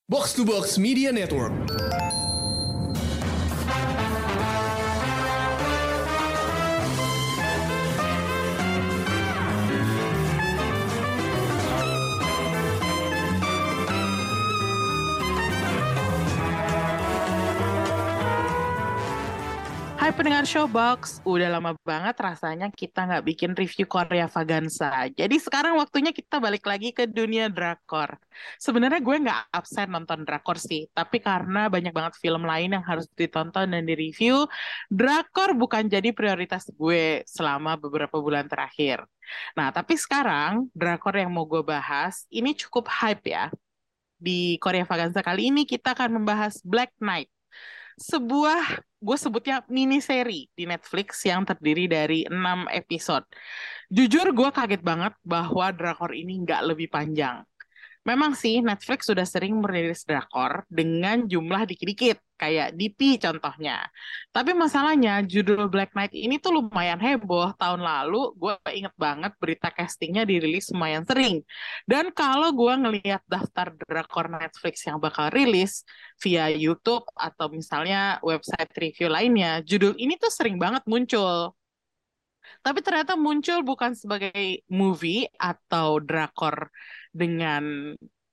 Box to Box Media Network. Hai pendengar Showbox, udah lama banget rasanya kita nggak bikin review Korea Vaganza. Jadi sekarang waktunya kita balik lagi ke dunia drakor. Sebenarnya gue nggak absen nonton drakor sih, tapi karena banyak banget film lain yang harus ditonton dan direview, drakor bukan jadi prioritas gue selama beberapa bulan terakhir. Nah, tapi sekarang drakor yang mau gue bahas ini cukup hype ya. Di Korea Vaganza kali ini kita akan membahas Black Knight, sebuah gue sebutnya mini seri di Netflix yang terdiri dari 6 episode. Jujur gue kaget banget bahwa drakor ini nggak lebih panjang. Memang sih Netflix sudah sering merilis drakor dengan jumlah dikit-dikit, kayak DP contohnya. Tapi masalahnya judul Black Knight ini tuh lumayan heboh. Tahun lalu gue inget banget berita castingnya dirilis lumayan sering. Dan kalau gue ngelihat daftar drakor Netflix yang bakal rilis via YouTube atau misalnya website review lainnya, judul ini tuh sering banget muncul. Tapi ternyata muncul bukan sebagai movie atau drakor dengan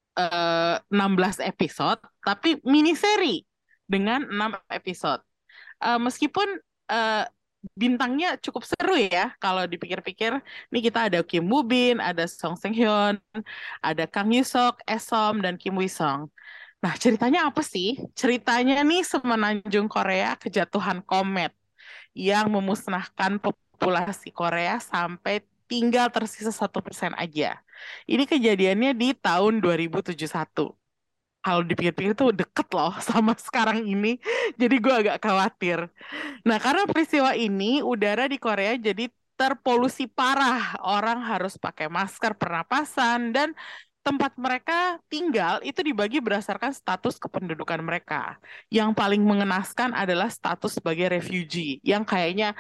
16 episode, tapi mini seri dengan 6 episode. Meskipun eh, bintangnya cukup seru ya kalau dipikir-pikir. Nih kita ada Kim Woo Bin, ada Song Seung Hyun, ada Kang Yusok, Esom, dan Kim Wi Song. Nah, ceritanya apa sih? Ceritanya nih semenanjung Korea kejatuhan komet yang memusnahkan populasi Korea sampai tinggal tersisa 1% aja. Ini kejadiannya di tahun 2071. Kalau dipikir-pikir tuh deket loh sama sekarang ini, jadi gue agak khawatir. Nah, karena peristiwa ini, udara di Korea jadi terpolusi parah. Orang harus pakai masker pernapasan dan tempat mereka tinggal itu dibagi berdasarkan status kependudukan mereka. Yang paling mengenaskan adalah status sebagai refugee, yang kayaknya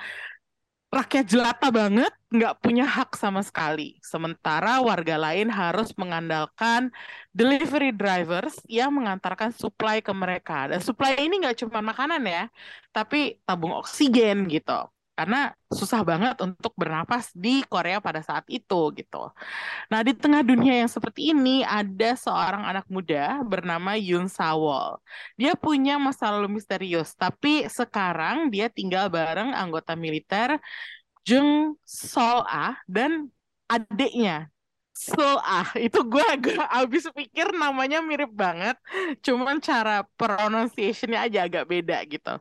rakyat jelata banget, nggak punya hak sama sekali. Sementara warga lain harus mengandalkan delivery drivers yang mengantarkan supply ke mereka. Dan supply ini nggak cuma makanan ya, tapi tabung oksigen gitu. Karena susah banget untuk bernapas di Korea pada saat itu gitu. Nah, di tengah dunia yang seperti ini ada seorang anak muda bernama Yoon Sawol. Dia punya masa lalu misterius, tapi sekarang dia tinggal bareng anggota militer Jung Sol Ah dan adiknya Sol Ah. Itu gue agak habis pikir namanya mirip banget, cuman cara pronunciation-nya aja agak beda gitu.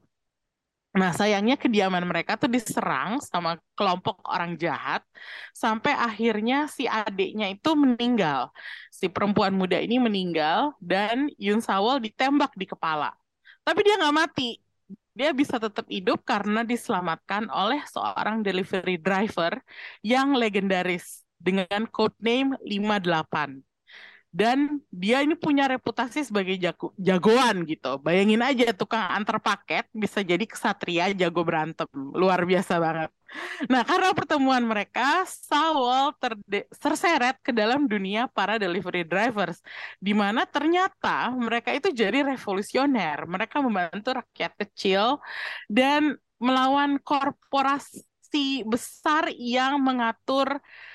Nah, sayangnya kediaman mereka tuh diserang sama kelompok orang jahat sampai akhirnya si adiknya itu meninggal. Si perempuan muda ini meninggal dan Yun Sawol ditembak di kepala. Tapi dia nggak mati. Dia bisa tetap hidup karena diselamatkan oleh seorang delivery driver yang legendaris dengan codename 58. Dan dia ini punya reputasi sebagai jagoan gitu. Bayangin aja tukang antar paket bisa jadi kesatria jago berantem. Luar biasa banget. Nah, karena pertemuan mereka, Sawol terseret ke dalam dunia para delivery drivers, di mana ternyata mereka itu jadi revolusioner. Mereka membantu rakyat kecil dan melawan korporasi besar yang mengatur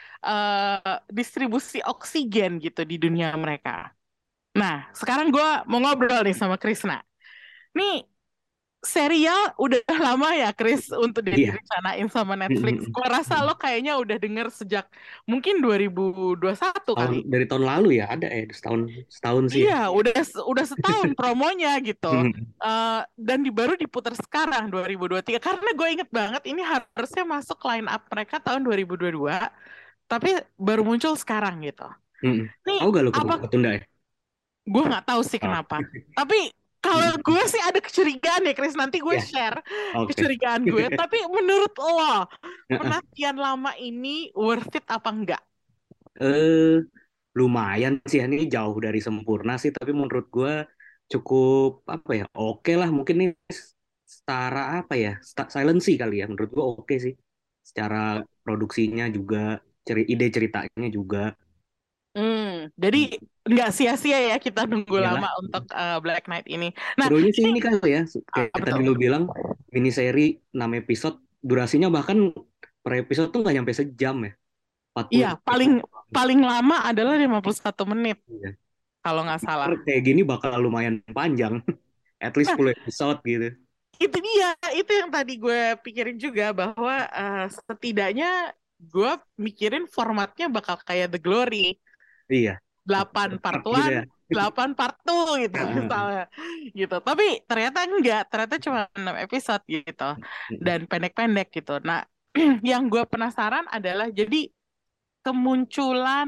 distribusi oksigen gitu di dunia mereka. Nah, sekarang gue mau ngobrol nih sama Krisna. Nih, serial udah lama ya, Kris, untuk Iya. direncanain sama Netflix. Gue rasa lo kayaknya udah denger sejak mungkin 2021 kali. Dari tahun lalu ya ada setahun setahun sih ya. Iya, udah setahun promonya gitu. Dan baru diputar sekarang 2023. Karena gue inget banget ini harusnya masuk line up mereka tahun 2022, tapi baru muncul sekarang gitu. Nih, Tahu gak lo apa kenapa ketunda ya? gue nggak tahu sih Oh. kenapa. Tapi kalau gue sih ada kecurigaan ya, Chris. Nanti gue Ya, share oke. kecurigaan gue. Tapi menurut lo, penantian lama ini worth it apa enggak? eh Lumayan sih ya, ini jauh dari sempurna sih, tapi menurut gue cukup apa ya? Oke lah, mungkin ini setara apa ya? Silency kali ya, menurut gue oke sih. Secara produksinya juga, ide ceritanya juga. Jadi nggak sia-sia ya kita nunggu Iyalah. lama untuk Black Knight ini. Nah, Serunya sih ini ini kali ya, kayak apa tadi tuh? lu bilang, miniseri 6 episode, durasinya bahkan per episode tuh nggak nyampe sejam ya, 40 Iya, paling menit. paling lama adalah 51 menit Iya. kalau nggak salah. Kayak gini bakal lumayan panjang, at least Nah, 10 episode gitu. itu dia, itu yang tadi gue pikirin juga bahwa setidaknya gue mikirin formatnya bakal kayak The Glory, Iya, 8 part part gitu 1, ya. 8 part 2 gitu Heeh. misalnya. Gitu. Tapi ternyata enggak, ternyata cuma 6 episode gitu dan pendek-pendek gitu. Nah, yang gue penasaran adalah jadi kemunculan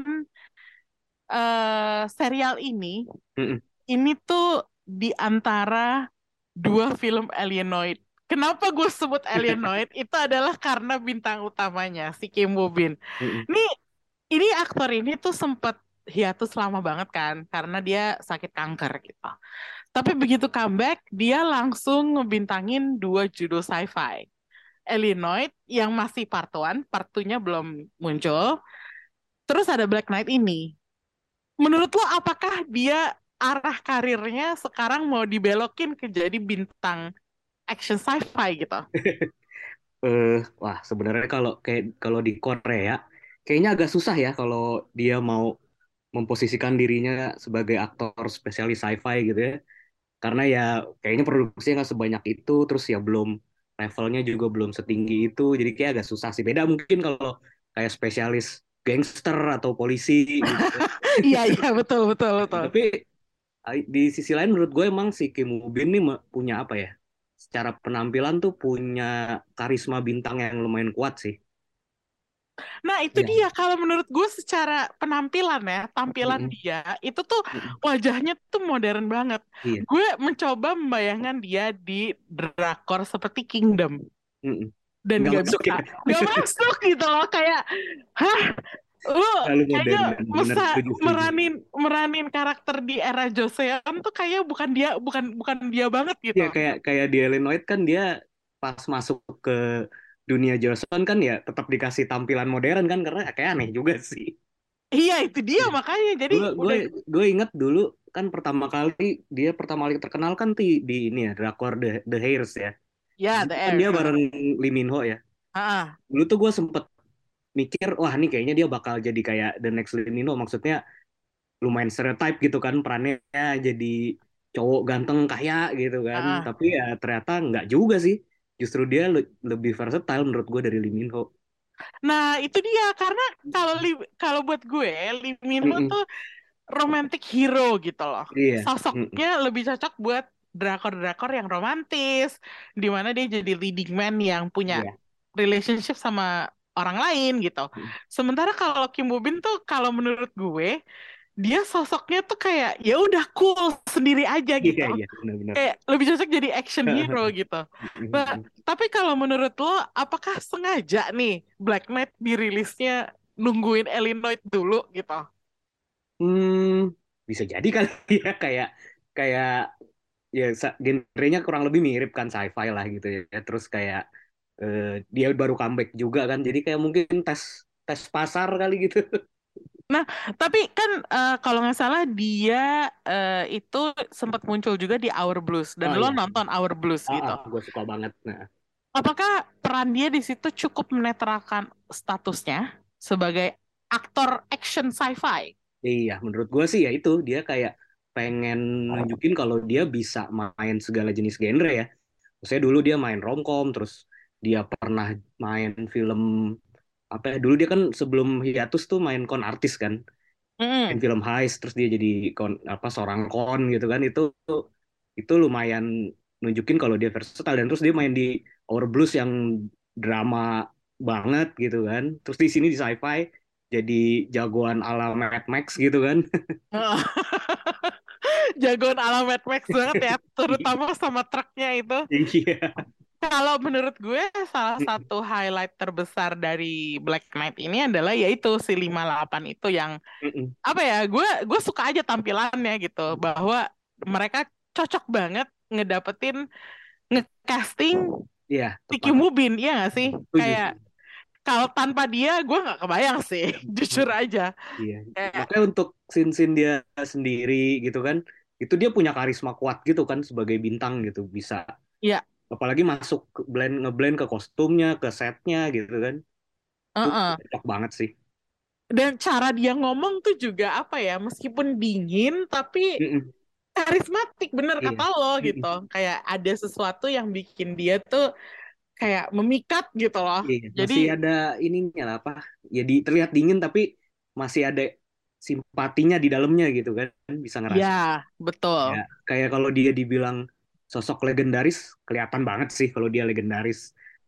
serial ini tuh di antara dua film Alienoid. Kenapa gue sebut Alienoid? Itu adalah karena bintang utamanya, si Kim Woo Bin. Ini, ini aktor ini tuh sempat hiatus lama banget kan, karena dia sakit kanker gitu. Tapi begitu comeback, dia langsung ngebintangin dua judul sci-fi. Alienoid yang masih part 1, part 2-nya belum muncul. Terus ada Black Knight ini. Menurut lo apakah dia arah karirnya sekarang mau dibelokin ke jadi bintang action sci-fi gitu? Wah, sebenarnya kalau di Korea kayaknya agak susah ya kalau dia mau memposisikan dirinya sebagai aktor spesialis sci-fi gitu ya. Karena ya kayaknya produksinya nggak sebanyak itu, terus ya belum, levelnya juga belum setinggi itu, jadi kayak agak susah sih. Beda mungkin kalau kayak spesialis gangster atau polisi gitu ya. Iya, iya, betul, betul, betul. Tapi di sisi lain menurut gue emang si Kim Woo Bin nih punya apa ya? Secara penampilan tuh punya karisma bintang yang lumayan kuat sih. Nah, itu Ya. dia. Kalau menurut gue secara penampilan ya, tampilan Mm-mm. dia, itu tuh Mm-mm. wajahnya tuh modern banget. Iya. Gue mencoba membayangkan dia di drakor seperti Kingdom. Mm-mm. Dan Nggak gak masuk bisa. ya. Gak masuk gitu loh. Kayak, hah? Lu Terlalu kayaknya modern dan bener, bisa setuju setuju. meranin meranin karakter di era Joseon tuh kayak bukan dia, bukan dia banget gitu. Ya kayak kayak di Illinois kan dia pas masuk ke dunia Joseon kan ya tetap dikasih tampilan modern kan, karena kayak aneh juga sih. Iya, itu dia Iya. makanya. Jadi Gue gue udah gue inget dulu kan pertama kali terkenal kan di ini ya, drakor The Heirs ya. Di ya The situ kan dia Heirs. bareng Lee Min Ho ya. Ah, Dulu tuh gue sempet mikir, wah nih kayaknya dia bakal jadi kayak the next Lee Min Ho. Maksudnya lumayan stereotype gitu kan perannya, jadi cowok ganteng kaya gitu kan. ah, ah. Tapi ya ternyata nggak juga sih. Justru dia lebih versatile menurut gue dari Lee Min Ho. Nah, itu dia karena kalau buat gue Lee Min Ho Mm-mm. tuh romantic hero gitu loh. Iya. Mm-mm. Sosoknya lebih cocok buat drakor-drakor yang romantis, di mana dia jadi leading man yang punya Iya. relationship sama orang lain gitu. Mm. Sementara kalau Kim Woo Bin tuh kalau menurut gue dia sosoknya tuh kayak ya udah cool sendiri aja Iya gitu. iya benar-benar. Kayak lebih cocok jadi action hero gitu. Nah, tapi kalau menurut lo, apakah sengaja nih Black Knight dirilisnya nungguin Illinois dulu gitu? Hmm, bisa jadi kali ya, kayak kayak ya genrenya kurang lebih mirip kan, sci-fi lah gitu ya. Terus kayak eh, dia baru comeback juga kan, jadi kayak mungkin tes tes pasar kali gitu. Nah, tapi kan kalau nggak salah dia itu sempat muncul juga di Our Blues dan Oh lo iya, nonton Our Blues gitu. gue suka banget. Nah, Apakah peran dia di situ cukup menetralkan statusnya sebagai aktor action sci-fi? iya, menurut gue sih ya itu dia kayak pengen nunjukin kalau dia bisa main segala jenis genre ya. Maksudnya dulu dia main romcom, terus dia pernah main film apa ya? Dulu dia kan sebelum hiatus tuh main kon artis kan, main Mm. film heist, terus dia jadi apa seorang kon gitu kan. Itu lumayan nunjukin kalau dia versatile, dan terus dia main di Our Blues yang drama banget gitu kan. Terus di sini di sci-fi jadi jagoan ala Mad Max gitu kan. Jagoan ala Mad Max banget ya, terutama sama truknya itu. Iya. Kalau menurut gue salah satu highlight terbesar dari Black Knight ini adalah yaitu si 58 itu yang apa ya, gue suka aja tampilannya gitu, bahwa mereka cocok banget ngedapetin ngecasting Iya, Vicky tepat. Mubin, iya gak sih? Setuju Kayak sih. kalau tanpa dia gue nggak kebayang sih, jujur aja. Iya, Kayak, makanya untuk scene-scene dia sendiri gitu kan, itu dia punya karisma kuat gitu kan sebagai bintang gitu, bisa. ya, Apalagi masuk ngeblend ke kostumnya, ke setnya gitu kan, itu uh-uh. cocok banget sih. Dan cara dia ngomong tuh juga apa ya, meskipun dingin tapi Mm-mm. karismatik, bener Iya. kata lo Mm-mm. gitu. Kayak ada sesuatu yang bikin dia tuh kayak memikat gitu loh. Iya, masih Jadi, ada ininya lah apa, ya terlihat dingin tapi masih ada simpatinya di dalamnya gitu kan, bisa ngerasa. ya Ya, betul. kayak kalau dia dibilang sosok legendaris, kelihatan banget sih kalau dia legendaris.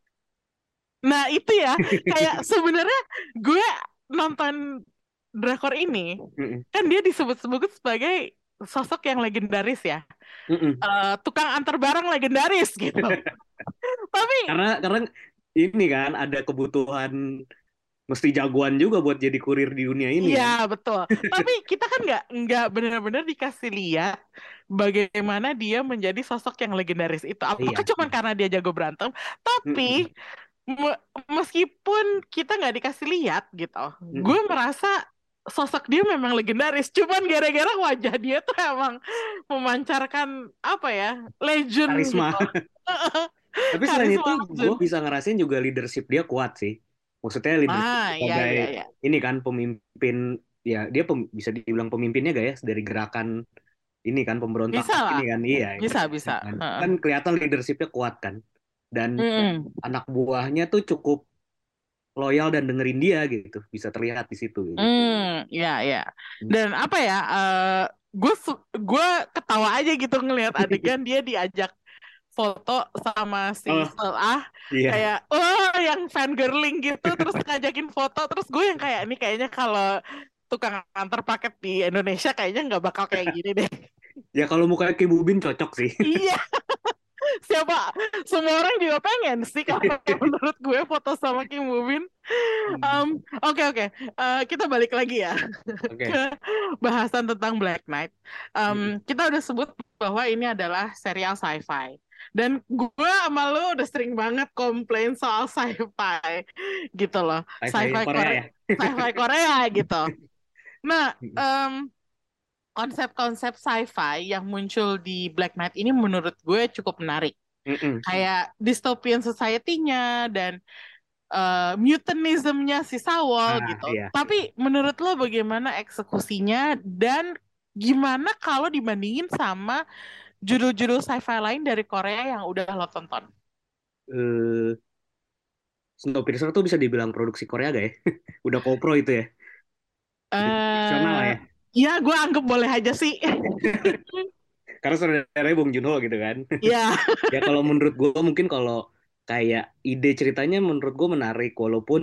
Nah itu ya, kayak sebenarnya gue nonton drakor ini, Mm-mm. kan dia disebut-sebut sebagai sosok yang legendaris ya. Mm-mm. Tukang antar barang legendaris gitu. Tapi Karena ini kan ada kebutuhan mesti jagoan juga buat jadi kurir di dunia ini iya kan. betul. Tapi kita kan nggak benar-benar dikasih lihat bagaimana dia menjadi sosok yang legendaris itu. Apakah Iya. cuma karena dia jago berantem? Tapi Mm-mm. meskipun kita nggak dikasih lihat gitu, gue Mm-mm. merasa sosok dia memang legendaris. Cuman gara-gara wajah dia tuh emang memancarkan apa ya, legend Karisma. gitu. Tapi selain Karisma itu, gue legend. bisa ngerasain juga leadership dia kuat sih. Maksudnya leadership Ah, iya sebagai iya iya. ini kan pemimpin, ya dia bisa dibilang pemimpinnya gak ya dari gerakan ini kan pemberontak Bisa ini lah. kan, iya. Bisa bisa. Kan, Heeh. kan kelihatan leadershipnya kuat kan. Dan Mm-mm. anak buahnya tuh cukup loyal dan dengerin dia gitu. Bisa terlihat di situ gitu. Ya, ya. Dan apa ya? Gue ketawa aja gitu ngelihat adegan dia diajak foto sama si Oh Selah, iya. kayak oh yang fangirling gitu, terus ngajakin foto, terus gue yang kayak ini kayaknya kalau tukang antar paket di Indonesia kayaknya nggak bakal kayak gini deh. Ya kalau mukanya Kim Bubin cocok sih. Iya, siapa? Semua orang juga pengen sih kalau menurut gue foto sama Kim Bubin. Oke oke. Kita balik lagi ya ke Oke. bahasan tentang Black Knight. Mm-mm. Kita udah sebut bahwa ini adalah serial sci-fi. Dan gue sama lu udah sering banget komplain soal sci-fi gitu loh. Sci-fi Korea ya. Sci-fi Korea gitu. Nah, Mm-mm. konsep-konsep sci-fi yang muncul di Black Knight ini menurut gue cukup menarik. Mm-mm. Kayak dystopian society-nya dan mutanismnya si Sawol Ah gitu. iya. Tapi menurut lo bagaimana eksekusinya dan gimana kalau dibandingin sama judul-judul sci-fi lain dari Korea yang udah lo tonton? Eh, Snowpiercer tuh bisa dibilang produksi Korea gak ya? Udah kopro itu ya. Udah profesional lah eh ya. ya gue anggap boleh aja sih. Karena saudaranya Bong Joon-ho gitu kan. Ya. Ya kalau menurut gue mungkin kalau kayak ide ceritanya menurut gue menarik walaupun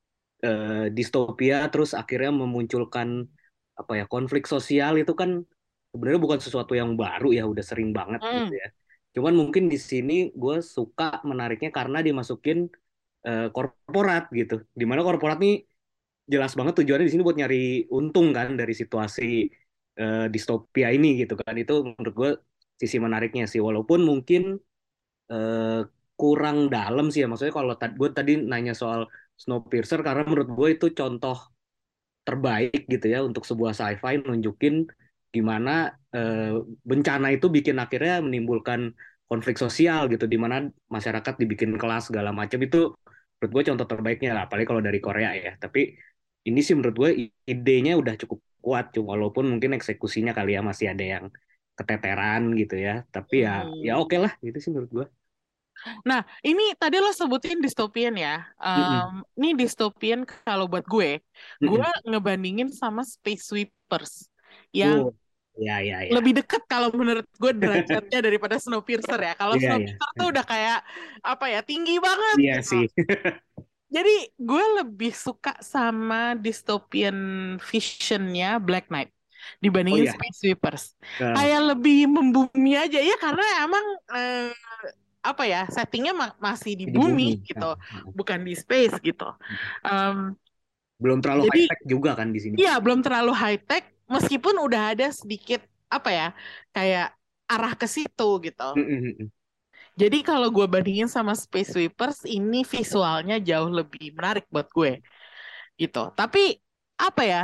distopia terus akhirnya memunculkan apa ya konflik sosial itu kan sebenarnya bukan sesuatu yang baru ya udah sering banget gitu Hmm. ya. Cuman mungkin di sini gue suka menariknya karena dimasukin korporat gitu. Dimana korporat nih jelas banget tujuannya di sini buat nyari untung kan dari situasi distopia ini gitu kan. Itu menurut gue sisi menariknya sih. Walaupun mungkin eh, kurang dalam sih ya. Maksudnya kalau gue tadi nanya soal Snowpiercer karena menurut gue itu contoh terbaik gitu ya untuk sebuah sci-fi nunjukin gimana bencana itu bikin akhirnya menimbulkan konflik sosial gitu di mana masyarakat dibikin kelas segala macam itu menurut gue contoh terbaiknya lah apalagi kalau dari Korea ya tapi ini sih menurut gue idenya udah cukup kuat cuma walaupun mungkin eksekusinya kali ya masih ada yang keteteran gitu ya tapi ya Hmm. oke lah gitu sih menurut gue. Nah, ini tadi lo sebutin dystopian ya. Mm-mm. Ini dystopian kalau buat gue Mm-mm. ngebandingin sama Space Sweepers yang Oh ya ya ya lebih dekat kalau menurut gue derajatnya daripada Snowpiercer ya. Kalau iya ya Snowpiercer tuh udah kayak apa ya, tinggi banget iya gitu. sih. Jadi gue lebih suka sama dystopian visionnya Black Knight Oh dibandingin iya. Space Sweepers. Ke Kayak lebih membumi aja ya karena emang apa ya, settingnya masih di di bumi. bumi Nah, gitu, bukan di space gitu. Em, belum terlalu high jadi tech juga kan di sini. iya belum terlalu high tech meskipun udah ada sedikit apa ya, kayak arah ke situ gitu. Mm, mm, mm. Jadi kalau gue bandingin sama Space Sweepers, ini visualnya jauh lebih menarik buat gue gitu. Tapi apa ya?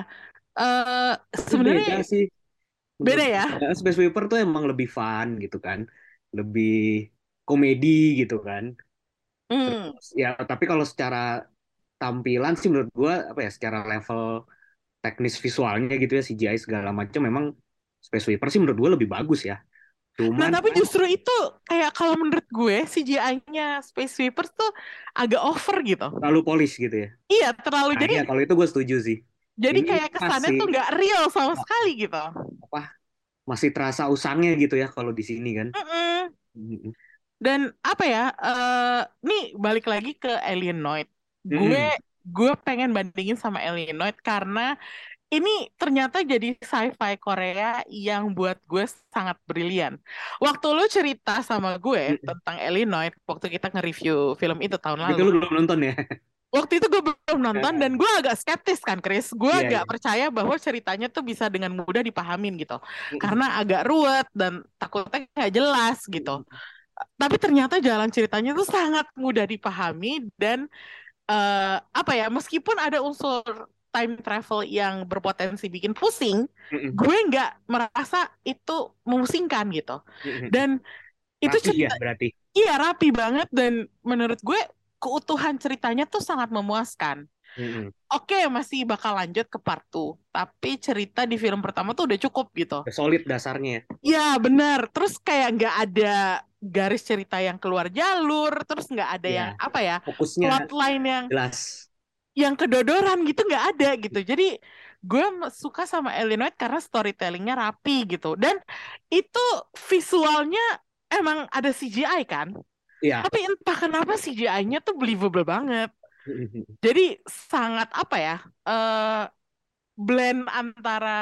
eh Tapi beda Sebenarnya sih menurut beda ya. gue. Space Sweeper tuh emang lebih fun gitu kan, lebih komedi gitu kan. Hmm. Terus ya tapi kalau secara tampilan sih menurut gue apa ya, secara level teknis visualnya gitu ya, CGI segala macam, memang Space Sweeper sih menurut gue lebih bagus ya. Nah, Cuman tapi kan justru itu kayak kalau menurut gue CGI-nya Space Sweepers tuh agak over gitu. terlalu polish gitu ya. Iya, terlalu Nah jadi ya kalau itu gue setuju sih. jadi Ini kayak kesannya masih tuh nggak real sama sekali gitu. apa, masih terasa usangnya gitu ya kalau di sini kan. Mm-mm. Mm-mm. Dan apa ya? Nih balik lagi ke Alienoid. Gue Mm-mm. gue pengen bandingin sama Alienoid karena ini ternyata jadi sci-fi Korea yang buat gue sangat brilian. Waktu lu cerita sama gue Mm-mm. tentang Alienoid, waktu kita nge-review film itu tahun Itu lalu, lu belum nonton ya? waktu itu gue belum nonton dan gue agak skeptis kan, Chris. Gue Iya, agak iya. percaya bahwa ceritanya tuh bisa dengan mudah dipahamin gitu. Mm-mm. Karena agak ruwet dan takutnya nggak jelas gitu. Mm-mm. Tapi ternyata jalan ceritanya tuh sangat mudah dipahami dan apa ya, meskipun ada unsur time travel yang berpotensi bikin pusing, Mm-mm. gue nggak merasa itu memusingkan gitu. Mm-mm. Dan itu Rapih ya cerita, berarti. iya rapi banget dan menurut gue keutuhan ceritanya tuh sangat memuaskan. Mm-mm. Oke, masih bakal lanjut ke part 2, tapi cerita di film pertama tuh udah cukup gitu. Udah solid dasarnya ya. Ya benar, terus kayak nggak ada garis cerita yang keluar jalur, terus nggak ada Iya, yang apa ya, fokusnya plot line jelas. yang kedodoran gitu nggak ada gitu. Jadi gue suka sama Illinois karena storytellingnya rapi gitu. Dan itu visualnya emang ada CGI kan. Iya. Tapi entah kenapa CGI-nya tuh believable banget. Mm-mm. Jadi sangat apa ya, eh blend antara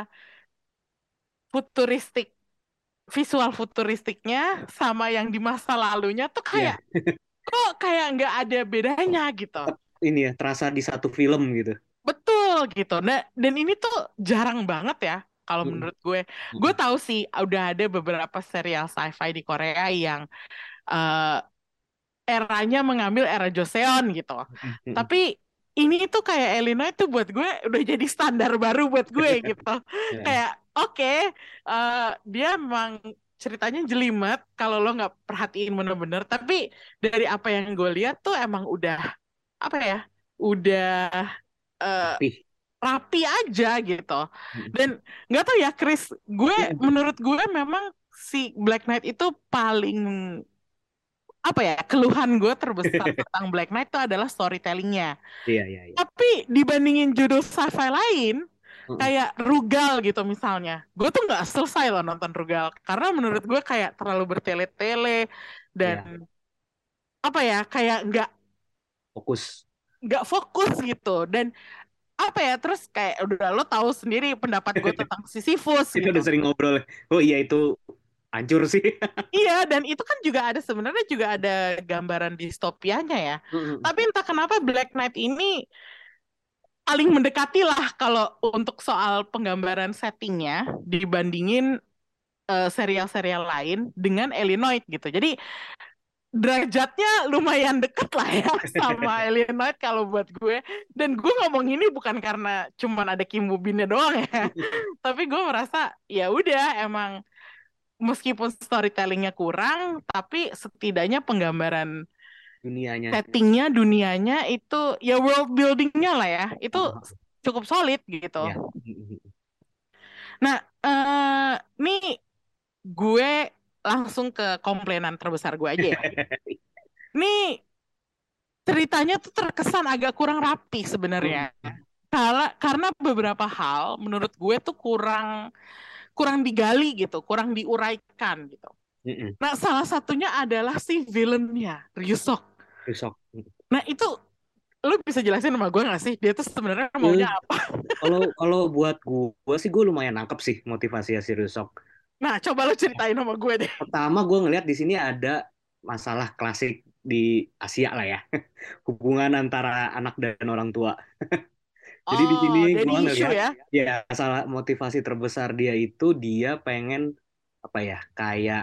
futuristik, visual futuristiknya sama yang di masa lalunya tuh Iya, kayak kok kayak nggak ada bedanya gitu. tetap ini ya, terasa di satu film gitu. Betul gitu. Nah, dan ini tuh jarang banget ya kalau Mm-mm. menurut gue. Gue Mm-mm. tahu sih udah ada beberapa serial sci-fi di Korea yang eh, eranya mengambil era Joseon gitu. Mm-mm. Tapi ini tuh kayak Elina itu buat gue udah jadi standar baru buat gue gitu. Ya. Kayak oke, dia memang ceritanya jelimet kalau lo nggak perhatiin bener-bener. Tapi dari apa yang gue lihat tuh emang udah apa ya? Udah eh, Rapih. rapi aja gitu. Mm-mm. Dan nggak tahu ya Chris, gue Mm-mm. menurut gue memang si Black Knight itu paling apa ya, keluhan gue terbesar tentang Black Knight itu adalah storytellingnya. Iya, iya, iya. Tapi dibandingin judul sci-fi lain Mm-mm. kayak Rugal gitu misalnya, gue tuh nggak selesai loh nonton Rugal karena menurut gue kayak terlalu bertele-tele Iya, dan apa ya, kayak fokus. nggak fokus gitu. Dan apa ya, terus kayak udah lo tahu sendiri pendapat gue tentang Sisyphus Kita gitu. udah sering ngobrol. Oh iya, itu hancur sih. Iya, dan itu kan juga ada sebenarnya juga ada gambaran distopianya ya. Mm-mm. Tapi entah kenapa Black Knight ini paling mendekati lah kalau untuk soal penggambaran settingnya dibandingin serial-serial lain dengan Illinois gitu. Jadi derajatnya lumayan deket lah ya sama Illinois kalau buat gue. Dan gue ngomong ini bukan karena cuman ada Kim Bubinnya doang ya. Tapi gue merasa ya udah emang meskipun storytellingnya kurang, tapi setidaknya penggambaran Dunianya. settingnya, dunianya itu ya world buildingnya lah ya, itu Oh, cukup solid gitu. ya. Mm-mm. Nah, nih gue langsung ke komplainan terbesar gue aja ya. Nih ceritanya tuh terkesan agak kurang rapi sebenarnya. Mm-mm. Karena beberapa hal menurut gue tuh kurang kurang digali gitu, kurang diuraikan gitu. Mm-mm. Nah, salah satunya adalah si villainnya, Ryusok. Besok. Nah, itu lu bisa jelasin sama gue gak sih? Dia tuh sebenarnya Eh, maunya apa? kalau kalau buat gue sih, gue lumayan nangkep sih motivasi si Rusok. Nah, coba lu ceritain sama gue deh. Pertama gue ngelihat di sini ada masalah klasik di Asia lah ya, hubungan antara anak dan orang tua. Jadi di sini Oh, gue daddy issue ngelihat ya? ya, salah motivasi terbesar dia itu dia pengen apa ya, kayak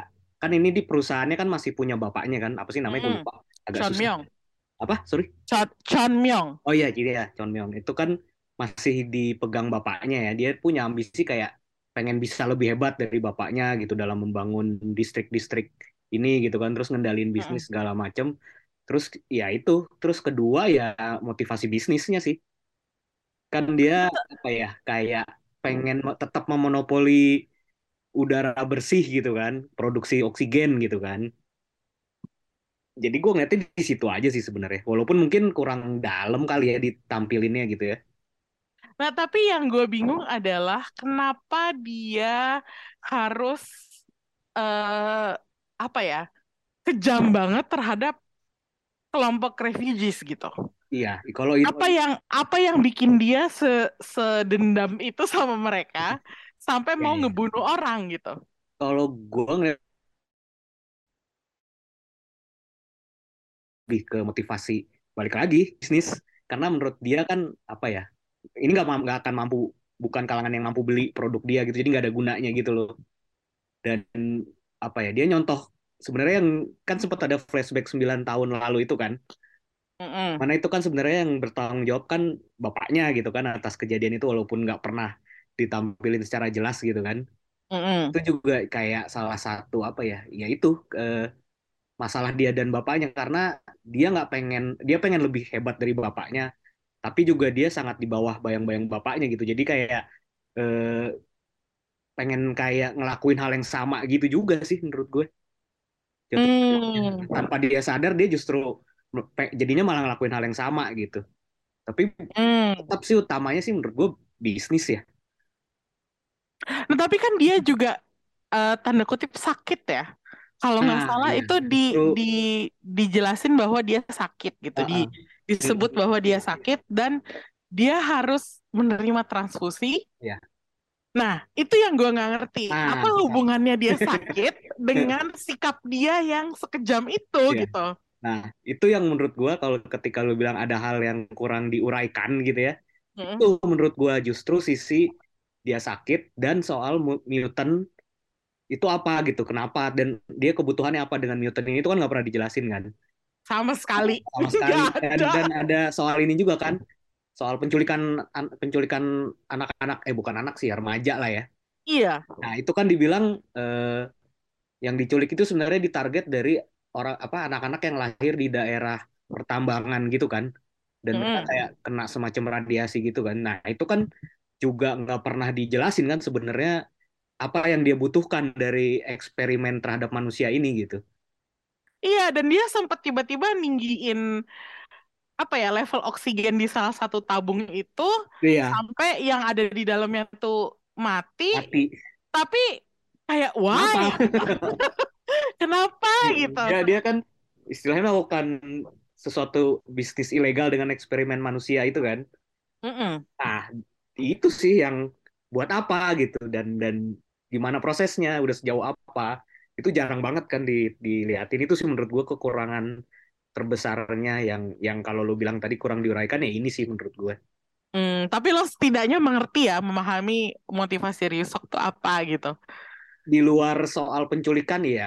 kan ini di perusahaannya kan masih punya bapaknya kan, apa sih namanya gue Mm-mm. lupa, agak Chon susah. Myung. Apa? Sorry. Chon Myung. Oh iya, jadi ya Chon Myung itu kan masih dipegang bapaknya ya. Dia punya ambisi kayak pengen bisa lebih hebat dari bapaknya gitu dalam membangun distrik-distrik ini gitu kan, terus ngendalin bisnis Mm-mm. segala macem. Terus ya itu, terus kedua ya motivasi bisnisnya sih. Kan dia apa ya, kayak pengen tetap memonopoli udara bersih gitu kan, produksi oksigen gitu kan. Jadi gue ngeliatnya di situ aja sih sebenarnya. Walaupun mungkin kurang dalam kali ya ditampilinnya gitu ya. Nah, tapi yang gue bingung adalah kenapa dia harus eh apa ya, kejam banget terhadap kelompok refugees gitu. Iya, kalau itu Apa yang bikin dia sedendam itu sama mereka sampai ya, mau ya. ngebunuh orang gitu. Kalau gue ngeliat lebih ke motivasi balik lagi bisnis, karena menurut dia kan apa ya, ini nggak akan mampu, bukan kalangan yang mampu beli produk dia gitu, jadi nggak ada gunanya gitu loh. Dan apa ya, dia nyontoh sebenarnya yang kan sempat ada flashback 9 tahun lalu itu kan, Mm-mm. mana itu kan sebenarnya yang bertanggung jawab kan bapaknya gitu kan atas kejadian itu, walaupun nggak pernah ditampilin secara jelas gitu kan. Mm-mm. Itu juga kayak salah satu apa ya, ya itu masalah dia dan bapaknya, karena dia pengen lebih hebat dari bapaknya, tapi juga dia sangat di bawah bayang-bayang bapaknya gitu, jadi kayak eh, pengen kayak ngelakuin hal yang sama gitu juga sih menurut gue jatuhnya. Hmm. Tanpa dia sadar dia justru jadinya malah ngelakuin hal yang sama gitu, tapi Hmm. tetap sih utamanya sih menurut gue bisnis ya. Nah, tapi kan dia juga tanda kutip sakit ya. Kalau nggak Nah salah iya, itu justru di dijelasin bahwa dia sakit gitu, uh, uh, disebut bahwa dia sakit dan dia harus menerima transfusi. ya. Nah, itu yang gue nggak ngerti. Apa Nah, hubungannya dia sakit dengan sikap dia yang sekejam itu ya. gitu? Nah, itu yang menurut gua kalau ketika lu bilang ada hal yang kurang diuraikan gitu ya, itu Mm. menurut gua justru sisi dia sakit dan soal mutant itu apa gitu, kenapa dan dia kebutuhannya apa dengan mutant ini, itu kan nggak pernah dijelasin kan Sama sekali sama sekali. nggak Dan ada. ada soal ini juga kan, soal penculikan anak-anak, bukan anak sih, remaja lah ya. Iya. Nah, itu kan dibilang yang diculik itu sebenarnya ditarget dari orang apa, anak-anak yang lahir di daerah pertambangan gitu kan, dan mereka Mm. kayak kena semacam radiasi gitu kan. Nah itu kan juga nggak pernah dijelasin kan sebenarnya apa yang dia butuhkan dari eksperimen terhadap manusia ini gitu. Iya, dan dia sempat tiba-tiba ninggiin apa ya, level oksigen di salah satu tabung itu Iya, sampai yang ada di dalamnya tuh mati, mati. tapi kayak why Kenapa? gitu, kenapa gitu. Dia kan istilahnya melakukan sesuatu bisnis ilegal dengan eksperimen manusia itu kan. Mm-mm. Nah, itu sih yang buat apa gitu, dan gimana prosesnya, udah sejauh apa. Itu jarang banget kan dilihatin. Itu sih menurut gue kekurangan terbesarnya, yang kalau lu bilang tadi kurang diuraikan ya ini sih menurut gue. Tapi lo setidaknya mengerti ya, memahami motivasi Ryusok tuh apa gitu. Di luar soal penculikan ya.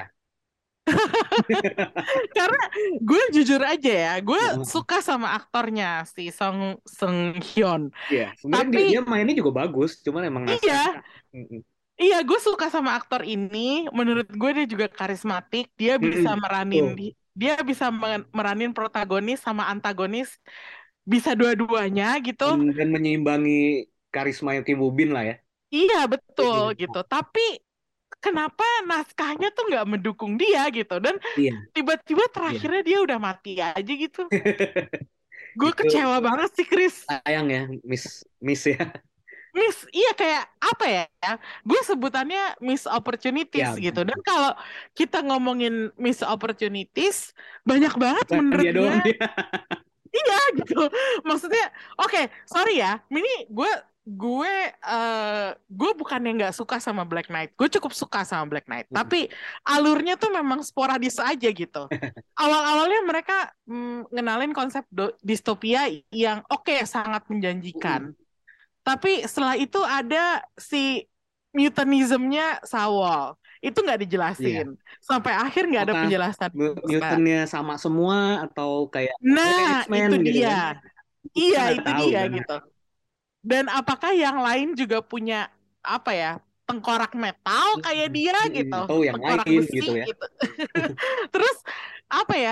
Karena gue jujur aja ya, gue suka sama aktornya si Song Seung Hyun. Iya, sebenarnya dia Tapi mainnya juga bagus, cuman emang naskahnya. iya, Mm-mm. iya, gue suka sama aktor ini. Menurut gue dia juga karismatik. Betul. Dia bisa meranin protagonis sama antagonis, bisa dua-duanya gitu. Dan menyeimbangi karisma Kim Woo Bin lah ya. Iya betul gitu. Tapi kenapa naskahnya tuh nggak mendukung dia gitu? Dan Iya, tiba-tiba iya. terakhirnya dia udah mati aja gitu. Gue Itu kecewa banget sih, Chris. sayang ya, miss miss ya. Iya kayak apa ya? Gue sebutannya miss opportunities Ya, gitu. Dan kalau kita ngomongin miss opportunities, banyak banget bukan menurut dia gue. doang dia. Iya gitu. Maksudnya, oke, sorry ya. Ini gue gue bukannya nggak suka sama Black Knight. Gue cukup suka sama Black Knight. Tapi alurnya tuh memang sporadis aja gitu. Awal-awalnya mereka ngenalin konsep distopia yang oke, sangat menjanjikan. Tapi setelah itu ada si mutanismnya Sawol Itu nggak Iya. dijelasin. Sampai akhir nggak ada Apakah penjelasan juga. mutantnya sama semua atau kayak kayak Nah, X-Men itu gitu kan? dia. Kita Iya, nggak itu tahu dia kan. gitu. Dan apakah yang lain juga punya apa ya, tengkorak metal kayak dia gitu, Atau yang tengkorak lain gitu besi ya. gitu. Terus apa ya?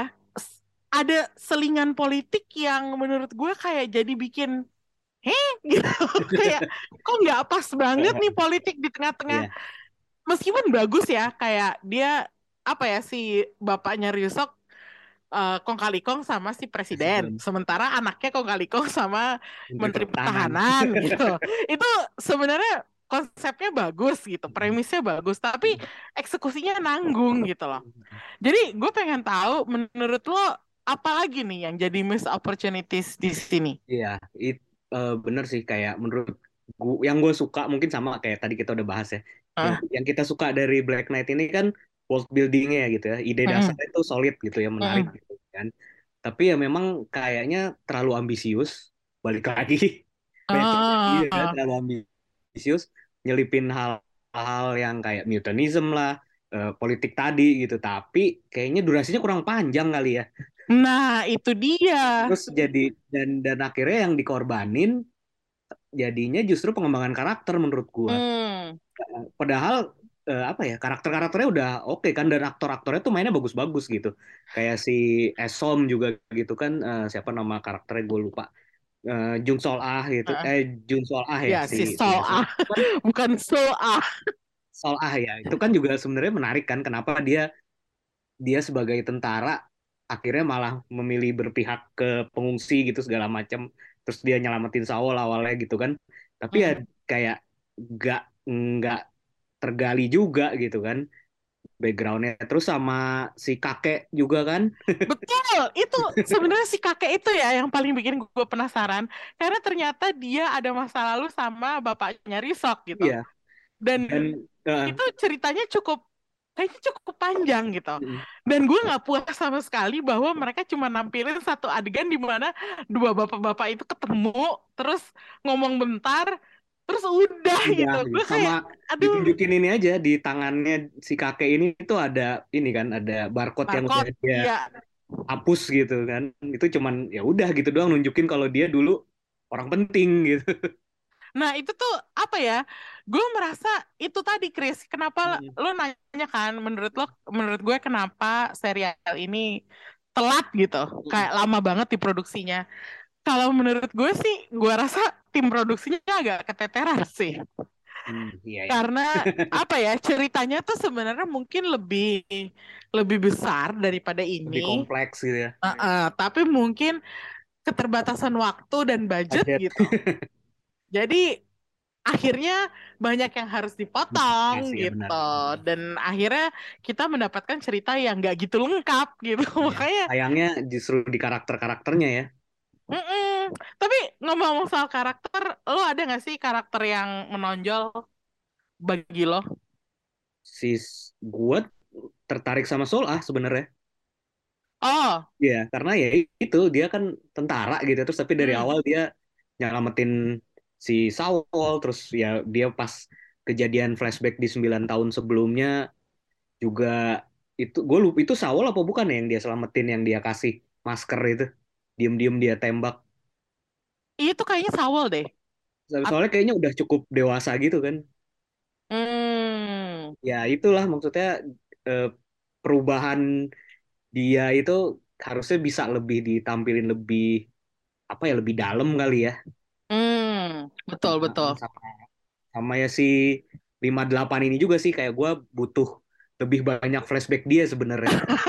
Ada selingan politik yang menurut gue kayak jadi bikin gitu. Kayak kok nggak pas banget nih politik di tengah-tengah. Iya. Meskipun bagus ya, kayak dia apa ya, si bapaknya Ryusok kong kali kong sama si presiden, Presiden. sementara anaknya kong kali kong sama Menteri menteri Pertahanan. pertahanan gitu. Itu sebenarnya konsepnya bagus gitu, premisnya bagus, tapi eksekusinya nanggung gitu loh. Jadi gue pengen tahu menurut lo apa lagi nih yang jadi missed opportunities di sini? Iya, bener sih kayak menurut yang gue suka mungkin sama kayak tadi kita udah bahas ya. Yang Ah, yang kita suka dari Black Knight ini kan world buildingnya gitu ya, ide mm-mm, dasarnya itu solid gitu ya, menarik mm-mm. gitu kan. Tapi ya memang kayaknya terlalu ambisius, balik lagi banyak yang jadi ya, Ah, terlalu ambisius, nyelipin hal-hal yang kayak mutanism lah, politik tadi gitu. Tapi kayaknya durasinya kurang panjang kali ya. nah itu dia. Terus jadi dan akhirnya yang dikorbanin jadinya justru pengembangan karakter menurut gua. Hmm, Padahal apa ya, karakter-karakternya udah oke kan, dan aktor-aktornya tuh mainnya bagus-bagus gitu. Kayak si Esom juga gitu kan, siapa nama karakternya gue lupa. Jung Sol Ah gitu. ah. Jung Sol Ah ya Ya si si si Sol Esom. A, Itu kan bukan Sol A. Sol Ah ya. Itu kan juga sebenarnya menarik kan, kenapa dia dia sebagai tentara akhirnya malah memilih berpihak ke pengungsi gitu segala macam, terus dia nyelamatin Saul awalnya gitu kan, tapi ya Hmm. kayak nggak nggak tergali juga gitu kan backgroundnya, terus sama si kakek juga kan. Betul, itu sebenarnya si kakek itu ya yang paling bikin gue penasaran. Karena ternyata dia ada masa lalu sama bapaknya Risok gitu. Iya, Dan dan itu ceritanya kayaknya cukup panjang gitu. mm, Dan gue nggak puas sama sekali bahwa mereka cuma nampilin satu adegan di mana dua bapak-bapak itu ketemu, terus ngomong bentar, terus udah udah gitu. gitu. Gue Sama kayak, aduh, ditunjukin ini aja di tangannya si kakek ini tuh ada ini kan, ada barcode yang udah barcode, dia iya. hapus gitu kan. Itu cuman ya udah gitu doang, nunjukin kalau dia dulu orang penting gitu. Nah, itu tuh apa ya? Gue merasa itu tadi, Chris. Kenapa Mm, lo nanya kan? Menurut gue kenapa serial ini telat gitu? mm, Kayak lama banget diproduksinya. Kalau menurut gue sih, gue rasa tim produksinya agak keteteran sih. iya ya, Karena apa ya? Ceritanya tuh sebenarnya mungkin lebih lebih besar daripada lebih ini. kompleks gitu ya. Tapi mungkin keterbatasan waktu dan budget Budget. gitu. Jadi akhirnya banyak yang harus dipotong Iya sih ya, benar. gitu, dan akhirnya kita mendapatkan cerita yang nggak gitu lengkap gitu. Iya. Makanya Sayangnya justru di karakter-karakternya ya. mm-mm. Tapi ngomong-ngomong soal karakter, lo ada nggak sih karakter yang menonjol bagi lo? Si gue tertarik sama Soul ah sebenarnya. Oh, Iya, karena ya itu dia kan tentara gitu, terus tapi dari hmm. awal dia nyelamatin si Saul, terus ya dia pas kejadian flashback di 9 tahun sebelumnya juga, itu gue lupa itu Saul apa bukan ya yang dia selamatin, yang dia kasih masker itu, diem-diem dia tembak. Itu kayaknya Sawol deh. At- Soalnya kayaknya udah cukup dewasa gitu kan. hmm. Ya itulah maksudnya, eh, perubahan dia itu harusnya bisa lebih ditampilin lebih apa ya, lebih dalam kali ya. Betul betul. Sama, sama ya si 58 ini juga sih, kayak gue butuh lebih banyak flashback dia sebenarnya.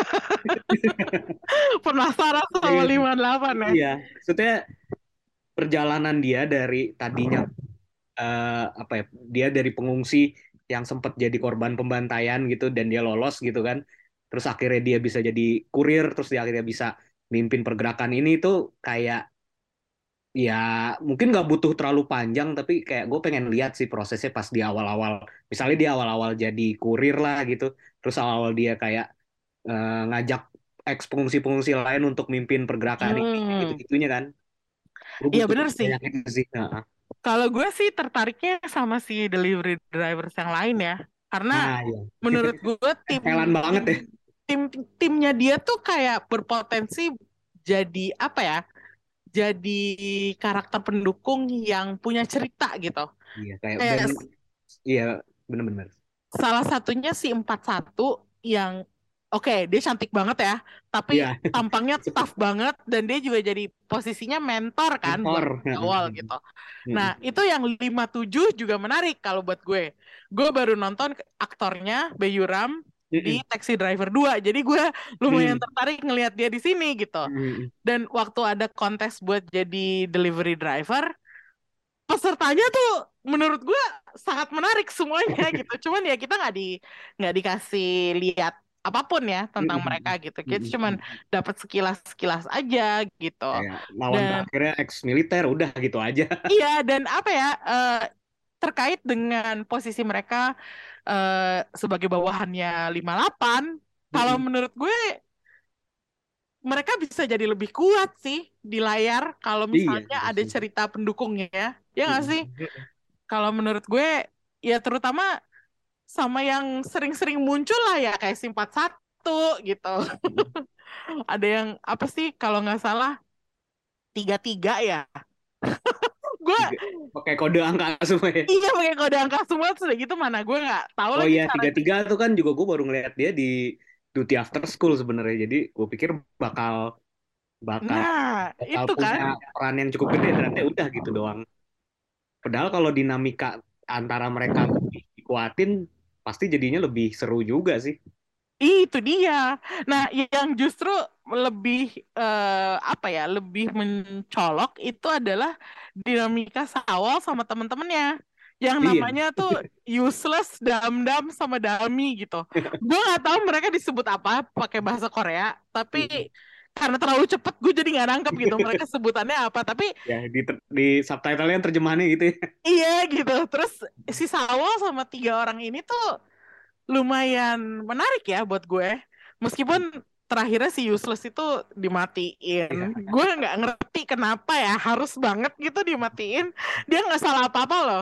Penasaran sama Pengen, 58 ya. iya, maksudnya perjalanan dia dari tadinya, apa ya, dia dari pengungsi yang sempat jadi korban pembantaian gitu dan dia lolos gitu kan, terus akhirnya dia bisa jadi kurir, terus dia akhirnya bisa mimpin pergerakan ini tuh kayak, ya mungkin nggak butuh terlalu panjang, tapi kayak gue pengen lihat sih prosesnya pas di awal-awal, misalnya di awal-awal jadi kurir lah gitu, terus awal-awal dia kayak ngajak ex pengungsi-pengungsi lain untuk mimpin pergerakan ini Hmm. gitu-gitunya kan, gue Iya butuh bener lebih sih. banyak itu sih. Nah, Kalau gue sih tertariknya sama si delivery drivers yang lain ya. Karena Nah, ya. menurut gue Tempelan banget ya. tim timnya dia tuh kayak berpotensi jadi apa ya? Jadi karakter pendukung yang punya cerita gitu. Iya, kayak Kayak dan iya bener-bener. salah satunya si 41 yang oke, dia cantik banget ya, tapi Iya, tampangnya tough banget dan dia juga jadi posisinya mentor kan buat mentor. awal gitu. Nah, itu yang 57 juga menarik kalau buat gue. Gue baru nonton aktornya Bayuram di Taxi Driver 2. Jadi gue lumayan tertarik ngelihat dia di sini gitu. Dan waktu ada kontes buat jadi delivery driver, pesertanya tuh menurut gue sangat menarik semuanya gitu. Cuman ya kita nggak dikasih lihat apapun ya tentang mereka gitu. Kita cuman dapat sekilas-sekilas aja gitu. Kayak lawan Dan terakhirnya ex militer udah gitu aja. iya dan apa ya terkait dengan posisi mereka sebagai bawahannya 58, kalau menurut gue mereka bisa jadi lebih kuat sih di layar kalau Iya, misalnya ada harusnya. cerita pendukungnya ya nggak sih? Kalau menurut gue ya terutama sama yang sering-sering muncul lah ya kayak Simpat satu gitu. Ada yang apa sih kalau nggak salah 33 ya. Gue Tiga, pakai kode angka semua ya. iya pakai kode angka semua sudah gitu mana gue nggak tahu Oh lagi iya, cara. 33 tuh kan juga gue baru ngeliat dia di Duty After School sebenarnya. Jadi gue pikir bakal bakal Nah bakal itu punya kan. peran yang cukup gede, ternyata udah gitu doang. Padahal kalau dinamika antara mereka lebih dikuatin, pasti jadinya lebih seru juga sih. Itu dia. Nah, yang justru lebih apa ya, lebih mencolok itu adalah dinamika Sawal sama temen-temennya. Yang Iya. namanya tuh useless, dam-dam sama dami gitu. Gue nggak tahu mereka disebut apa pakai bahasa Korea, tapi karena terlalu cepet gue jadi nggak nangkep gitu mereka sebutannya apa. Tapi Ya di subtitle-nya terjemahannya gitu ya. iya gitu. Terus si Sawal sama tiga orang ini tuh lumayan menarik ya buat gue. Meskipun terakhirnya si Useless itu dimatiin. Iya. Gue nggak ngerti kenapa ya harus banget gitu dimatiin. Dia nggak salah apa-apa loh.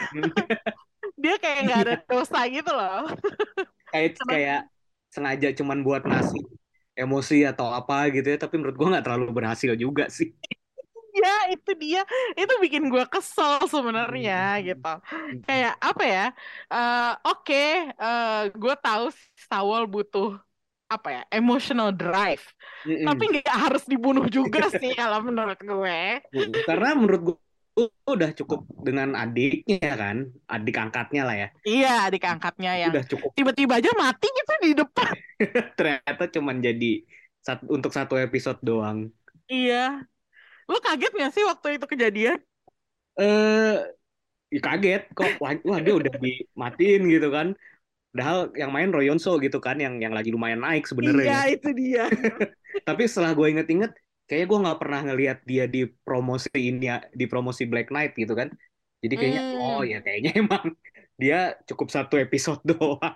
Dia kayak nggak ada dosa gitu loh. Kayak Karena kayak sengaja cuman buat ngasih emosi atau apa gitu ya, tapi menurut gua nggak terlalu berhasil juga sih. ya itu dia. Itu bikin gue kesel sebenarnya gitu. Kayak apa ya? Oke, gue tahu Sawol butuh apa ya emotional drive tapi Mm-mm. nggak harus dibunuh juga sih kalau menurut gue. Karena menurut gua udah cukup dengan adiknya kan, adik angkatnya lah ya. Iya adik angkatnya Itu yang udah cukup. tiba-tiba aja mati gitu di depan. Ternyata cuman jadi untuk satu episode doang. Iya, lu kaget nggak sih waktu itu kejadian? Eh, kaget kok, wah dia udah dimatiin gitu kan. Padahal yang main Royonso gitu kan, yang lagi lumayan naik Iya sebenarnya. itu dia. Tapi setelah gue inget-inget, kayaknya gue nggak pernah ngelihat dia di promosi ini ya, di promosi Black Knight gitu kan. Jadi kayaknya, oh Hmm. ya kayaknya emang dia cukup satu episode doang.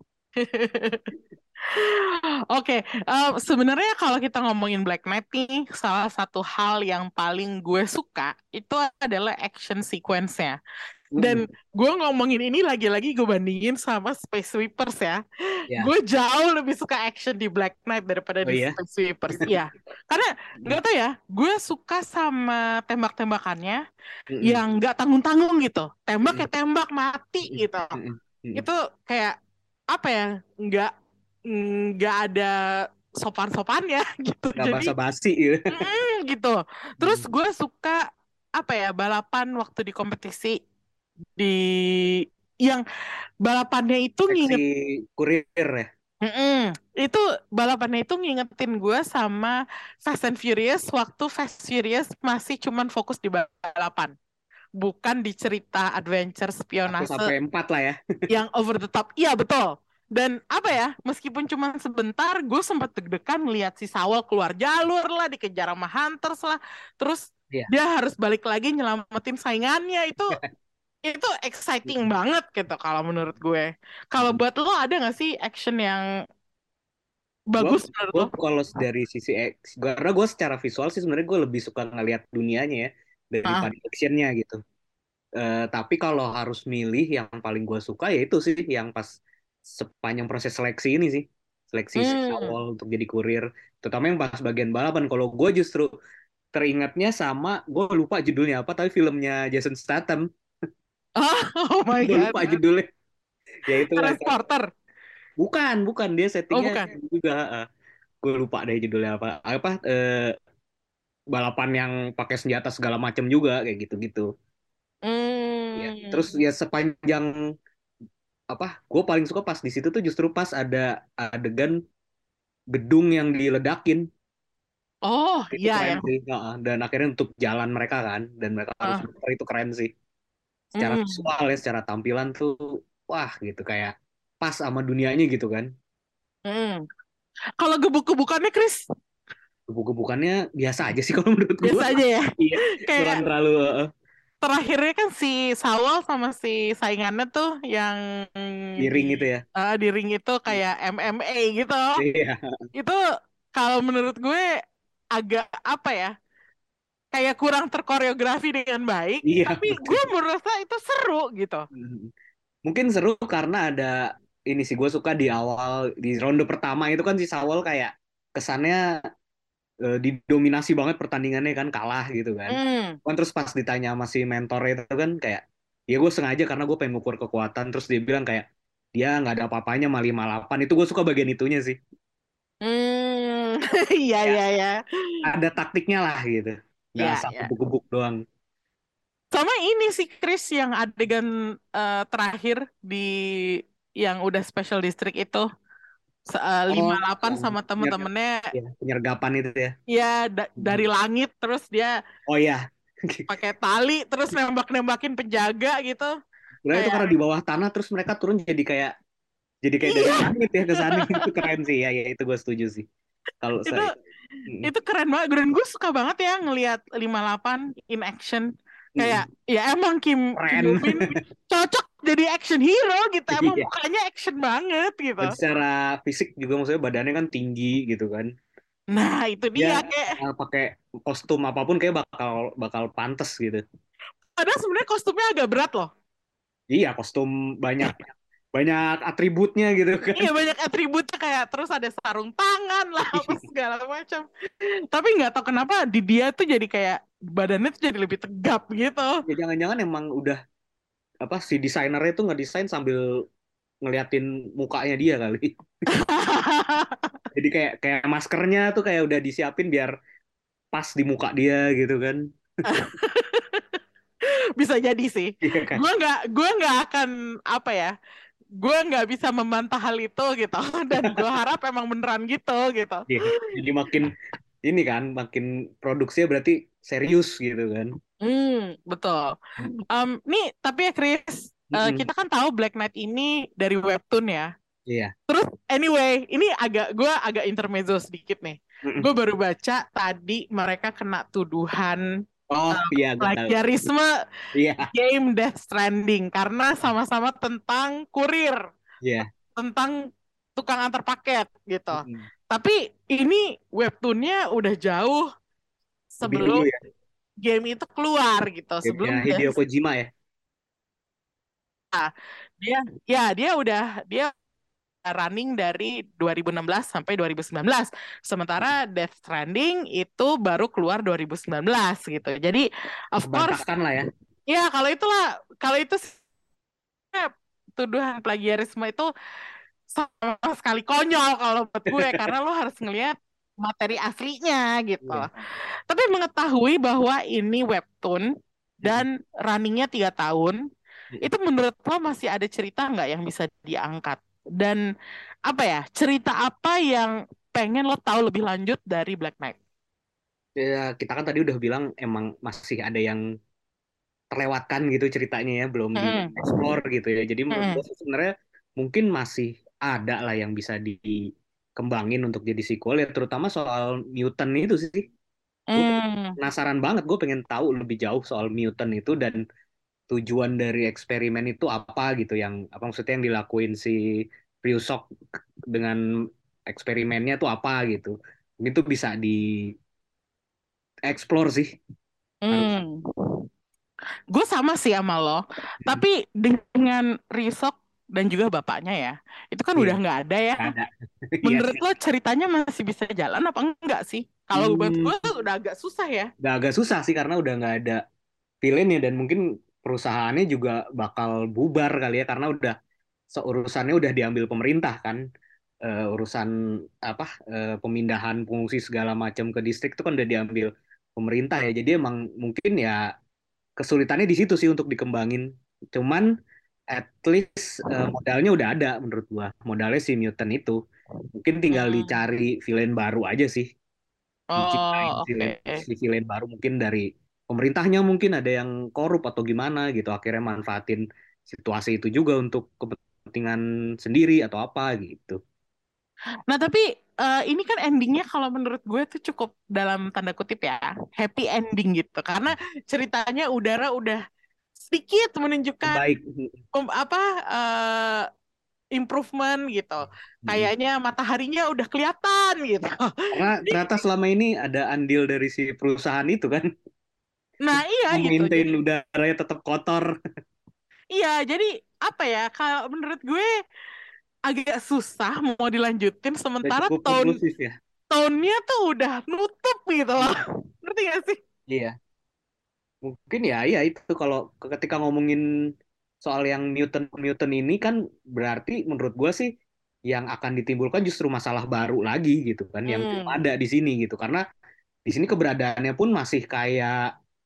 Oke, sebenarnya kalau kita ngomongin Black Knight nih, salah satu hal yang paling gue suka itu adalah action sequence-nya. Dan Mm-mm. gue ngomongin ini lagi-lagi gue bandingin sama Space Sweepers ya. Ya, Gue jauh lebih suka action di Black Knight daripada oh di iya. Space Sweepers. Iya, karena nggak tahu ya, gue suka sama tembak-tembakannya Mm-mm. yang nggak tanggung-tanggung gitu. Tembak ya Mm-mm. tembak mati Mm-mm. gitu. Mm-mm. Mm-mm. Itu kayak apa ya? Nggak ada sopan-sopannya gitu. Nggak Jadi basa-basi gitu. gitu. Terus Mm. gue suka apa ya balapan waktu di kompetisi di yang balapannya itu Seksi kurir ya. itu balapannya itu ngingetin gue sama Fast and Furious waktu Fast Furious masih cuman fokus di balapan, bukan di cerita adventure Satu spionase sampai empat lah ya. yang over the top. Iya betul. Dan apa ya, meskipun cuma sebentar, gue sempat deg-degan ngeliat si Sawol keluar jalur lah, dikejar sama Hunters lah, terus Iya. dia harus balik lagi nyelamatin saingannya. Itu exciting banget gitu kalau menurut gue. Kalau buat lo ada nggak sih action yang gue bagus menurut gue lo? kalau dari sisi karena gue secara visual sih sebenarnya gue lebih suka ngelihat dunianya ya Ah, daripada actionnya gitu. Tapi kalau harus milih yang paling gue suka ya itu sih yang pas sepanjang proses seleksi ini sih. Seleksi si Hmm. awal untuk jadi kurir. Terutama yang pas bagian balapan. Kalau gue justru teringatnya sama, gue lupa judulnya apa, tapi filmnya Jason Statham. Oh my Gue God. lupa judulnya. Ya itulah. Transporter. Bukan, bukan. Dia Oh, settingnya bukan. juga. Gue lupa deh judulnya apa. Apa, balapan yang pakai senjata segala macam juga, kayak gitu-gitu. Ya. Terus Hmm. ya sepanjang apa gue paling suka pas di situ tuh justru pas ada adegan gedung yang diledakin. Oh, Itu iya keren yang. sih. Heeh. Dan akhirnya untuk jalan mereka kan dan mereka harus Ah, muter, itu keren sih secara mm-mm. visual ya, secara tampilan tuh wah gitu, kayak pas sama dunianya gitu kan. Mm. Kalau gebuk-gebukannya, Chris, Gebuk-gebukannya biasa aja sih kalau menurut gue. biasa aja ya. Iya, kurang Kayak terlalu terakhirnya kan si Sawal sama si saingannya tuh yang di miring gitu ya. di ring itu kayak MMA gitu. Iya. Itu kalau menurut gue agak apa ya? Kayak kurang terkoreografi dengan baik, Iya, tapi gue betul. merasa itu seru gitu. Mungkin seru karena ada ini sih, gue suka di awal di ronde pertama itu kan si Sawol kayak kesannya didominasi banget pertandingannya kan, kalah gitu kan. Hmm. Kan terus pas ditanya sama si mentor itu kan kayak, ya gue sengaja karena gue pengen ngukur kekuatan, terus dia bilang kayak dia nggak ada apa-apanya sama 58. Itu gue suka bagian itunya sih. Hmm. Iya, Ya iya, iya. ada taktiknya lah gitu, nggak Iya, asal iya. gebuk-gebuk doang. Sama ini sih Chris yang adegan terakhir di yang udah special district itu Oh, 58 yang sama temen-temennya ya, penyergapan itu ya. ya dari langit terus dia Oh ya, pakai tali terus nembak-nembakin penjaga gitu. sebenarnya itu Kayak karena di bawah tanah terus mereka turun jadi kayak dari iya, langit ya ke sana. Itu keren sih ya, ya itu gue setuju sih kalau itu saya. Mm, itu keren banget. Dan gue suka banget ya ngelihat 58 in action. Kayak mm, ya emang Kim keren. Yoo Min cocok jadi action hero gitu. Emang Iya. mukanya action banget gitu. Dan secara fisik juga maksudnya badannya kan tinggi gitu kan. Nah, itu Dia dia kayak pakai kostum apapun kayak bakal bakal pantas gitu. padahal sebenarnya kostumnya agak berat loh. Iya, kostum banyak banyak atributnya gitu kan. Iya banyak atributnya kayak terus ada sarung tangan lah apa segala macam. Tapi nggak tahu kenapa di dia tuh jadi kayak badannya tuh jadi lebih tegap gitu. Ya jangan-jangan emang udah apa si desainernya itu ngedesain sambil ngeliatin mukanya dia kali. Jadi kayak kayak maskernya tuh kayak udah disiapin biar pas di muka dia gitu kan. Bisa jadi sih. Iya kan? Gue nggak akan apa ya. Gue nggak bisa membantah hal itu gitu. Dan gue harap emang beneran gitu gitu. Iya. Jadi makin ini kan, makin produksinya berarti serius gitu kan. Betul. Nih tapi ya Chris, Mm-mm. kita kan tahu Black Knight ini dari webtoon ya. Iya. Terus anyway, ini gue agak intermezzo sedikit nih. Mm-mm. Gue baru baca tadi mereka kena tuduhan Oh iya, gue tahu. plagiarisme Iya, game Death Stranding karena sama-sama tentang kurir, iya. tentang tukang antar paket gitu. Mm-mm. Tapi ini webtoonnya udah jauh Lebih dulu sebelum ya, game itu keluar gitu, gamenya sebelum Hideo Kojima ya. dia dia udah dia running dari 2016 sampai 2019. Mm. Sementara Death Stranding itu baru keluar 2019 gitu. Jadi of course Terbantahkan lah ya. ya kalau itu tuduhan plagiarisme itu sama sekali konyol kalau buat gue karena lo harus ngelihat materi aslinya gitu. Iya. Tapi mengetahui bahwa ini webtoon Mm-mm. dan runningnya 3 tahun, Mm-mm. itu menurut lo masih ada cerita nggak yang bisa diangkat? Dan apa ya, cerita apa yang pengen lo tahu lebih lanjut dari Black Knight? Ya, kita kan tadi udah bilang emang masih ada yang terlewatkan gitu ceritanya ya, belum Mm-mm. dieksplor gitu ya. Jadi menurut gue Mm-mm. sih sebenarnya mungkin masih ada lah yang bisa dikembangin untuk jadi sequel ya, terutama soal mutant itu sih. Gue Mm. penasaran banget, gue pengen tahu lebih jauh soal mutant itu dan tujuan dari eksperimen itu apa gitu, yang apa maksudnya yang dilakuin si Ryusok dengan eksperimennya tuh apa gitu. Itu bisa dieksplor sih harus. Mm. Gue sama sih sama lo, tapi dengan Risok dan juga bapaknya ya, itu kan udah Iya, nggak ada ya. nggak ada. Iya Menurut sih. lo ceritanya masih bisa jalan apa enggak sih? Kalau buat Hmm, gue udah agak susah ya. nggak agak susah sih karena udah nggak ada villain-nya dan mungkin perusahaannya juga bakal bubar kali ya karena udah seurusannya udah diambil pemerintah kan. Urusan apa pemindahan fungsi segala macam ke distrik itu kan udah diambil pemerintah ya. Jadi emang mungkin ya kesulitannya di situ sih untuk dikembangin. Cuman at least modalnya udah ada menurut gua. Modalnya si Mutant itu. Mungkin tinggal Hmm. dicari villain baru aja sih. Diciptain Oh, villain, oke. si villain baru mungkin dari pemerintahnya mungkin ada yang korup atau gimana gitu. Akhirnya manfaatin situasi itu juga untuk kepentingan sendiri atau apa gitu. Nah, tapi ini kan endingnya kalau menurut gue tuh cukup dalam tanda kutip ya, happy ending gitu. Karena ceritanya udara udah sedikit menunjukkan Baik. apa improvement gitu. Kayaknya mataharinya udah kelihatan gitu. Karena ternyata selama ini ada andil dari si perusahaan itu kan. Nah, iya gitu. Memaintain Jadi udaranya tetap kotor. iya, jadi apa ya? Kalau menurut gue agak susah mau dilanjutin Udah sementara cukup konklusif ya. tahunnya tuh udah nutup gitu loh. Ngerti gak sih? Iya. Mungkin ya, ya itu kalau ketika ngomongin soal yang mutant mutant ini kan berarti menurut gue sih yang akan ditimbulkan justru masalah baru lagi gitu kan yang belum Hmm. ada di sini gitu karena di sini keberadaannya pun masih kayak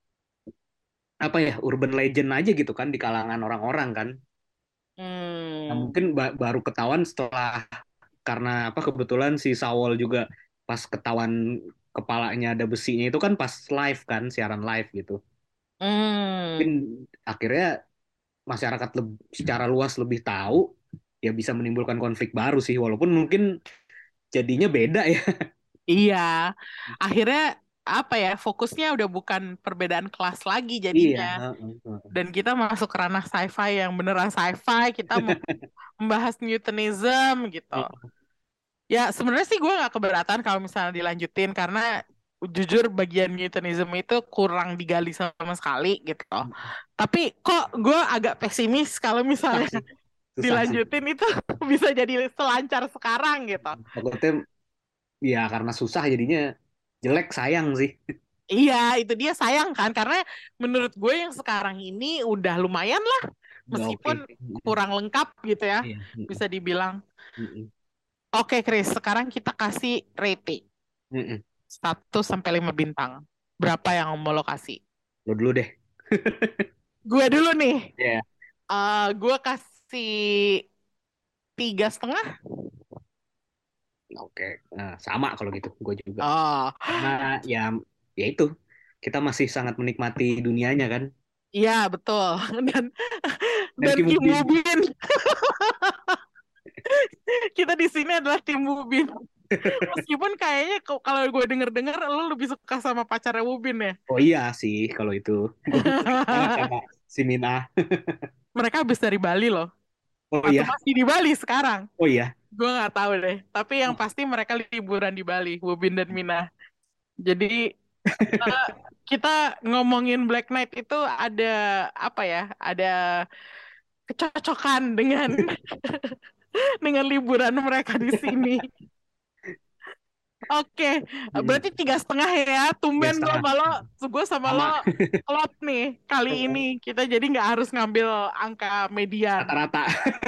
apa ya urban legend aja gitu kan di kalangan orang-orang kan. Nah, Hmm. mungkin baru ketahuan setelah karena apa kebetulan si Sawol juga pas ketahuan kepalanya ada besinya itu kan pas live kan siaran live gitu. Mungkin Hmm. akhirnya masyarakat secara luas lebih tahu ya bisa menimbulkan konflik baru sih walaupun mungkin jadinya beda ya. Iya. Akhirnya apa ya? Fokusnya udah bukan perbedaan kelas lagi Iya, jadinya. heeh, heeh. Dan kita masuk ke ranah sci-fi yang beneran sci-fi. Kita membahas Newtonism gitu. Ya sebenarnya sih gue nggak keberatan kalau misalnya dilanjutin karena jujur bagian Newtonism itu kurang digali sama sekali gitu. Tapi kok gue agak pesimis kalau Susah misalnya sih, susah sih. dilanjutin itu bisa jadi selancar sekarang gitu. Takutnya ya karena susah jadinya jelek sayang sih. Iya, itu dia sayang kan karena menurut gue yang sekarang ini udah lumayan lah Udah oke. meskipun kurang lengkap gitu ya Iya. bisa dibilang. Mm-mm. Oke Chris, sekarang kita kasih rating Mm-mm. 1 sampai 5 bintang. Berapa yang mau lo kasih? Lo dulu deh. Gue dulu nih. Iya. Gue kasih 3,5. Oke. Nah, sama kalau gitu gue juga Oh, karena ya ya itu kita masih sangat menikmati dunianya kan iya betul. Dan dan dan Kim Kim Bubin. Mubin. Kita di sini adalah Tim Mubin. Meskipun kayaknya kalau gue denger-dengar lo lebih suka sama pacarnya Mubin ya. Oh iya sih kalau itu gue suka banget sama si Mina. Mereka habis dari Bali loh. Oh Atau iya, masih di Bali sekarang. oh iya. Gue nggak tahu deh. Tapi yang pasti mereka liburan di Bali, Mubin dan Mina. Jadi eh, kita ngomongin Black Knight itu ada apa ya? Ada kecocokan dengan dengan liburan mereka di sini. Oke, Mm, berarti 3,5 ya. tiga Tumben setengah gue sama lo sama klop nih kali ini. Kita jadi nggak harus ngambil angka median. rata-rata.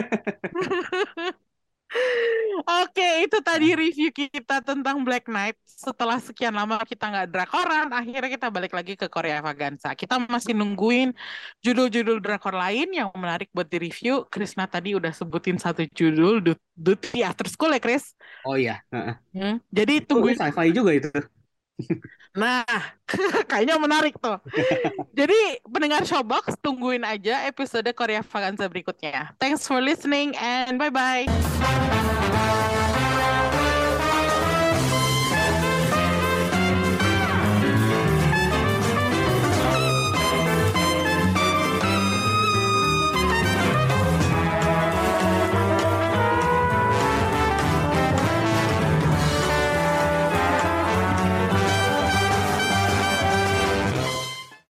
Oke, itu tadi review kita tentang Black Knight. Setelah sekian lama kita nggak drakoran, akhirnya kita balik lagi ke Korea Vaganza. Kita masih nungguin judul-judul drakor lain yang menarik buat direview. Krisna tadi udah sebutin satu judul, Duty After School ya, Chris? Oh iya, heeh. Jadi Itu tungguin. sci-fi juga itu. Nah, kayaknya menarik tuh. Jadi pendengar Showbox, tungguin aja episode Korea Vaganza berikutnya. Thanks for listening and bye-bye.